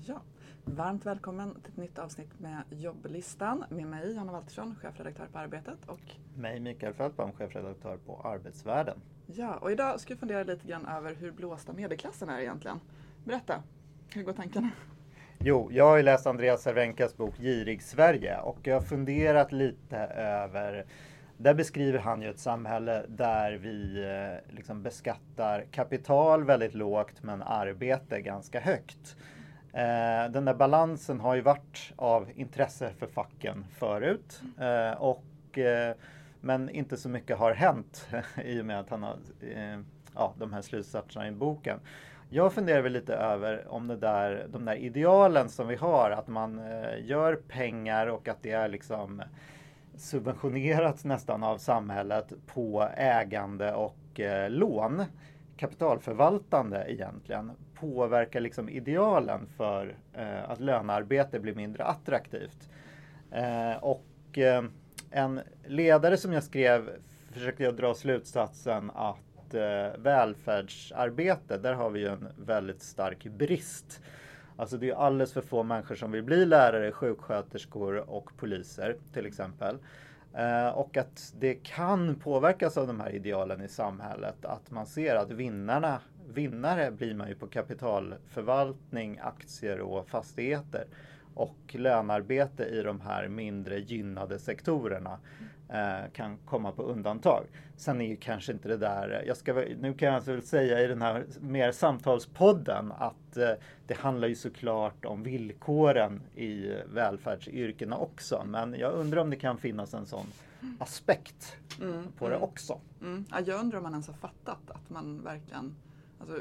Ja, varmt välkommen till ett nytt avsnitt med jobblistan med mig, Hanna Waltersson, chefredaktör på Arbetet och mig, Mikael Fältbaum, chefredaktör på Arbetsvärlden. Ja, och idag ska vi fundera lite grann över hur blåsta medelklassen är egentligen. Berätta, hur går tankarna? Jo, jag har ju läst Andreas Cervenkas bok Girig Sverige och jag har funderat lite över, där beskriver han ju ett samhälle där vi liksom beskattar kapital väldigt lågt men arbete ganska högt. Den där balansen har ju varit av intresse för facken förut men inte så mycket har hänt i och med att han har de här slutsatserna i boken. Jag funderar väl lite över om de där idealen som vi har, att man gör pengar och att det är liksom subventionerat nästan av samhället på ägande och lån, kapitalförvaltande egentligen, påverkar liksom idealen för att lönearbete blir mindre attraktivt. En ledare som jag skrev försökte jag dra slutsatsen att välfärdsarbete, där har vi ju en väldigt stark brist. Alltså det är alldeles för få människor som vill bli lärare, sjuksköterskor och poliser till exempel. Och att det kan påverkas av de här idealen i samhället. Att man ser att vinnare blir man ju på kapitalförvaltning, aktier och fastigheter. Och lönarbete i de här mindre gynnade sektorerna kan komma på undantag. Sen är ju kanske inte det där, nu kan jag väl säga i den här mer samtalspodden att det handlar ju såklart om villkoren i välfärdsyrkena också. Men jag undrar om det kan finnas en sån aspekt på det också. Ja, jag undrar om man ens har fattat att man verkligen, alltså,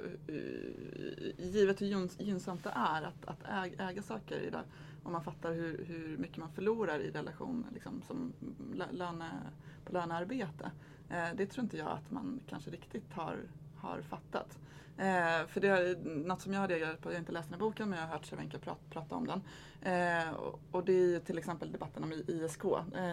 givet hur gynnsamt det är att äga saker idag, om man fattar hur mycket man förlorar i relation liksom, som på lönearbete. Det tror inte jag att man kanske riktigt har fattat. För det är något som jag har reagerat på, jag har inte läst den här boken men jag har hört Cervenka prata om den. Och det är till exempel debatten om ISK.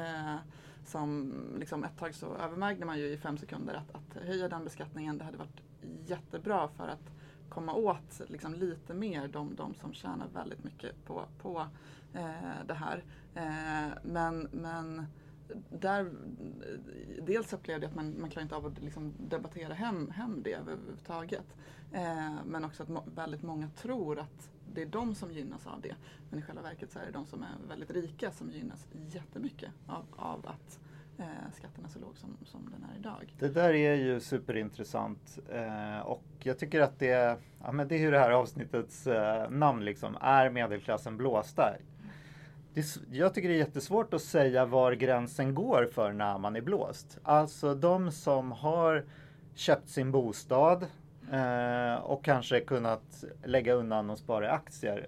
Som liksom ett tag så övervägde man ju i 5 sekunder att höja den beskattningen. Det hade varit jättebra för att komma åt liksom lite mer de som tjänar väldigt mycket på det här. Men där, dels upplevde jag att man klarar inte av att liksom debattera hem det överhuvudtaget. Men också att väldigt många tror att det är de som gynnas av det. Men i själva verket så är det de som är väldigt rika som gynnas jättemycket av att skatten är så låg som den är idag. Det där är ju superintressant och jag tycker att det är ju det här avsnittets namn liksom, är medelklassen blåsta? Jag tycker det är jättesvårt att säga var gränsen går för när man är blåst. Alltså de som har köpt sin bostad och kanske kunnat lägga undan och spara i aktier.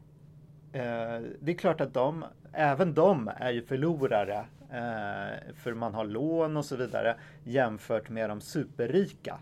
Det är klart att även de är ju förlorare för man har lån och så vidare jämfört med de superrika.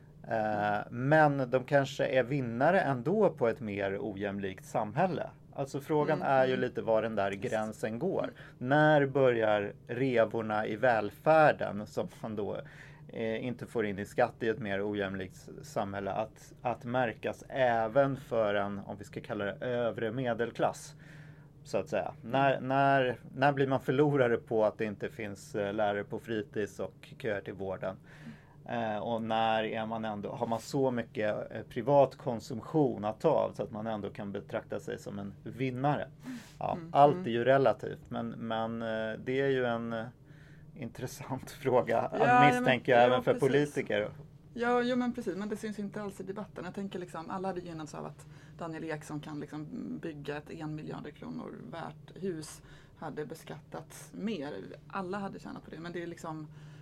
Men de kanske är vinnare ändå på ett mer ojämlikt samhälle. Alltså frågan är ju lite var den där gränsen går. När börjar revorna i välfärden som man då inte får in i skatt i ett mer ojämlikt samhälle att märkas även för en, om vi ska kalla det, övre medelklass. Så att säga. När blir man förlorare på att det inte finns lärare på fritids och köer till vården? Och när är man ändå, har man så mycket privat konsumtion att ta av så att man ändå kan betrakta sig som en vinnare? Ja, allt är ju relativt, men det är ju en intressant fråga misstänker jag även för precis. Politiker. Ja, men precis. Men det syns inte alls i debatten. Jag tänker liksom, alla hade gynnats av att Daniel Ek kan liksom bygga ett 1 miljard kronor värt hus hade beskattats mer. Alla hade tjänat på det, men det är liksom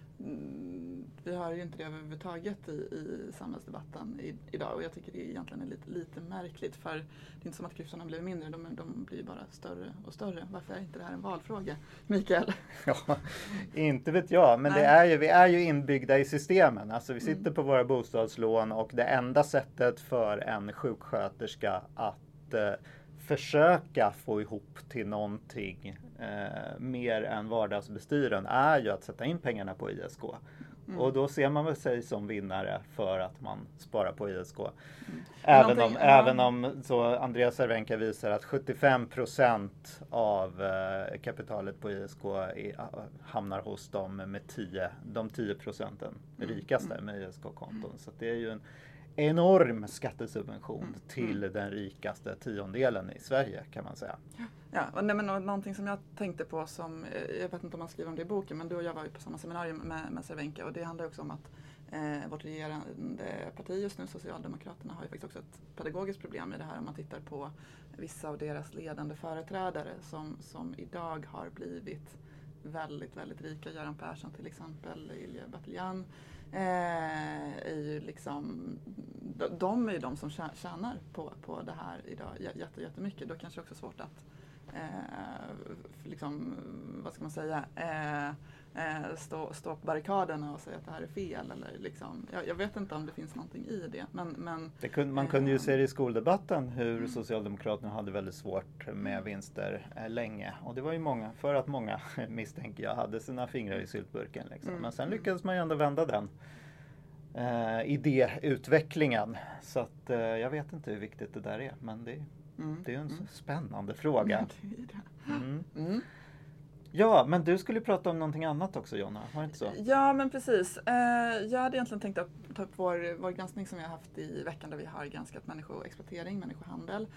vi har ju inte det överhuvudtaget i samhällsdebatten idag och jag tycker det egentligen är lite märkligt för det är inte som att klyftorna blir mindre, de blir bara större och större. Varför är inte det här en valfråga, Mikael? Ja, inte vet jag, men vi är ju inbyggda i systemen. Alltså vi sitter på våra bostadslån och det enda sättet för en sjuksköterska att försöka få ihop till någonting mer än vardagsbestyren är ju att sätta in pengarna på ISK. Och då ser man väl sig som vinnare för att man sparar på ISK. Även om så Andreas Cervenka visar att 75% av kapitalet på ISK hamnar hos dem med de 10% rikaste med ISK-konton. Så det är ju en enorm skattesubvention till den rikaste tiondelen i Sverige, kan man säga. Ja, och någonting som jag tänkte på som, jag vet inte om man skriver om det i boken, men du och jag var ju på samma seminarium med Cervenka, och det handlar också om att vårt regerande parti just nu, Socialdemokraterna, har ju faktiskt också ett pedagogiskt problem i det här, om man tittar på vissa av deras ledande företrädare som idag har blivit väldigt, väldigt rika. Göran Persson till exempel, Ilja Batljan, är ju liksom, de är ju de som tjänar på det här idag jättemycket. Då kanske det också är svårt att liksom, vad ska man säga, stå på barrikaderna och säga att det här är fel. Eller liksom, jag vet inte om det finns någonting i det. Men man kunde ju se det i skoldebatten hur Socialdemokraterna hade väldigt svårt med vinster länge. Och det var ju många, för att många misstänker jag hade sina fingrar i syltburken. Liksom. Men sen lyckades man ju ändå vända den idéutvecklingen. Så att jag vet inte hur viktigt det där är, men det är ju en spännande fråga. Ja, men du skulle prata om någonting annat också, Jonna, var det inte så? Ja, men precis. Jag hade egentligen tänkt att ta upp vår granskning som vi har haft i veckan, där vi har granskat människoexploatering, människohandel.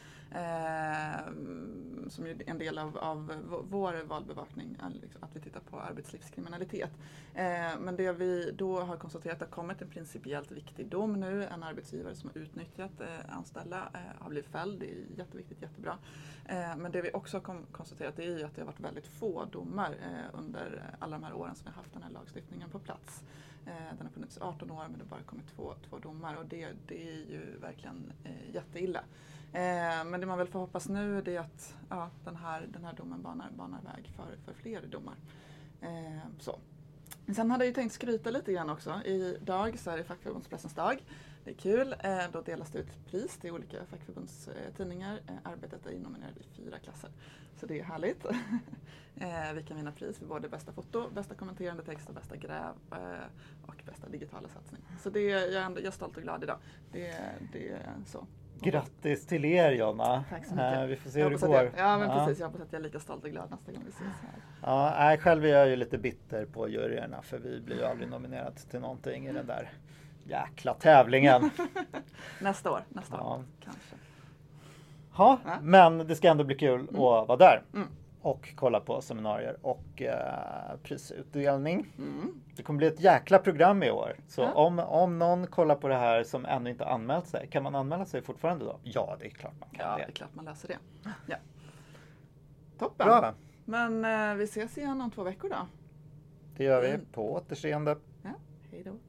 Som är en del av vår valbevakning, att vi tittar på arbetslivskriminalitet. Men det vi då har konstaterat har kommit en principiellt viktig dom nu. En arbetsgivare som har utnyttjat anställda har blivit fälld. Det är jätteviktigt, jättebra. Men det vi också har konstaterat är ju att det har varit väldigt få domar under alla de här åren som vi har haft den här lagstiftningen på plats. Den har funnits 18 år, men det har bara kommit två domar, och det är ju verkligen jätteilla. Men det man väl får hoppas nu är att den här domen banar väg för fler domar. Så. Sen hade jag ju tänkt skryta lite grann också. Idag så är det fackförbundspressens dag. Det är kul. Då delas det ut pris till olika fackförbundstidningar. Arbetet är nominerat i 4 klasser. Så det är härligt. Vi kan vinna pris för både bästa foto, bästa kommenterande text och bästa gräv och bästa digitala satsning. Så det jag är stolt och glad idag. Det är så. Grattis till er, Jonna. Tack så mycket. Vi får se hur det går. Precis. Jag hoppas att jag är lika stolt och glad nästa gång vi ses här. Ja, själv är jag ju lite bitter på juryerna, för vi blir ju aldrig nominerat till någonting i den där jäkla tävlingen. Nästa år kanske. Ja, men det ska ändå bli kul att vara där. Och kolla på seminarier och prisutdelning. Det kommer bli ett jäkla program i år. Så om någon kollar på det här som ännu inte anmält sig, kan man anmäla sig fortfarande då? Ja, det är klart man kan. Ja, det är klart man läser det. Ja. Toppen. Bra. Men vi ses igen om 2 veckor då. Det gör vi. På återseende. Ja, hej då.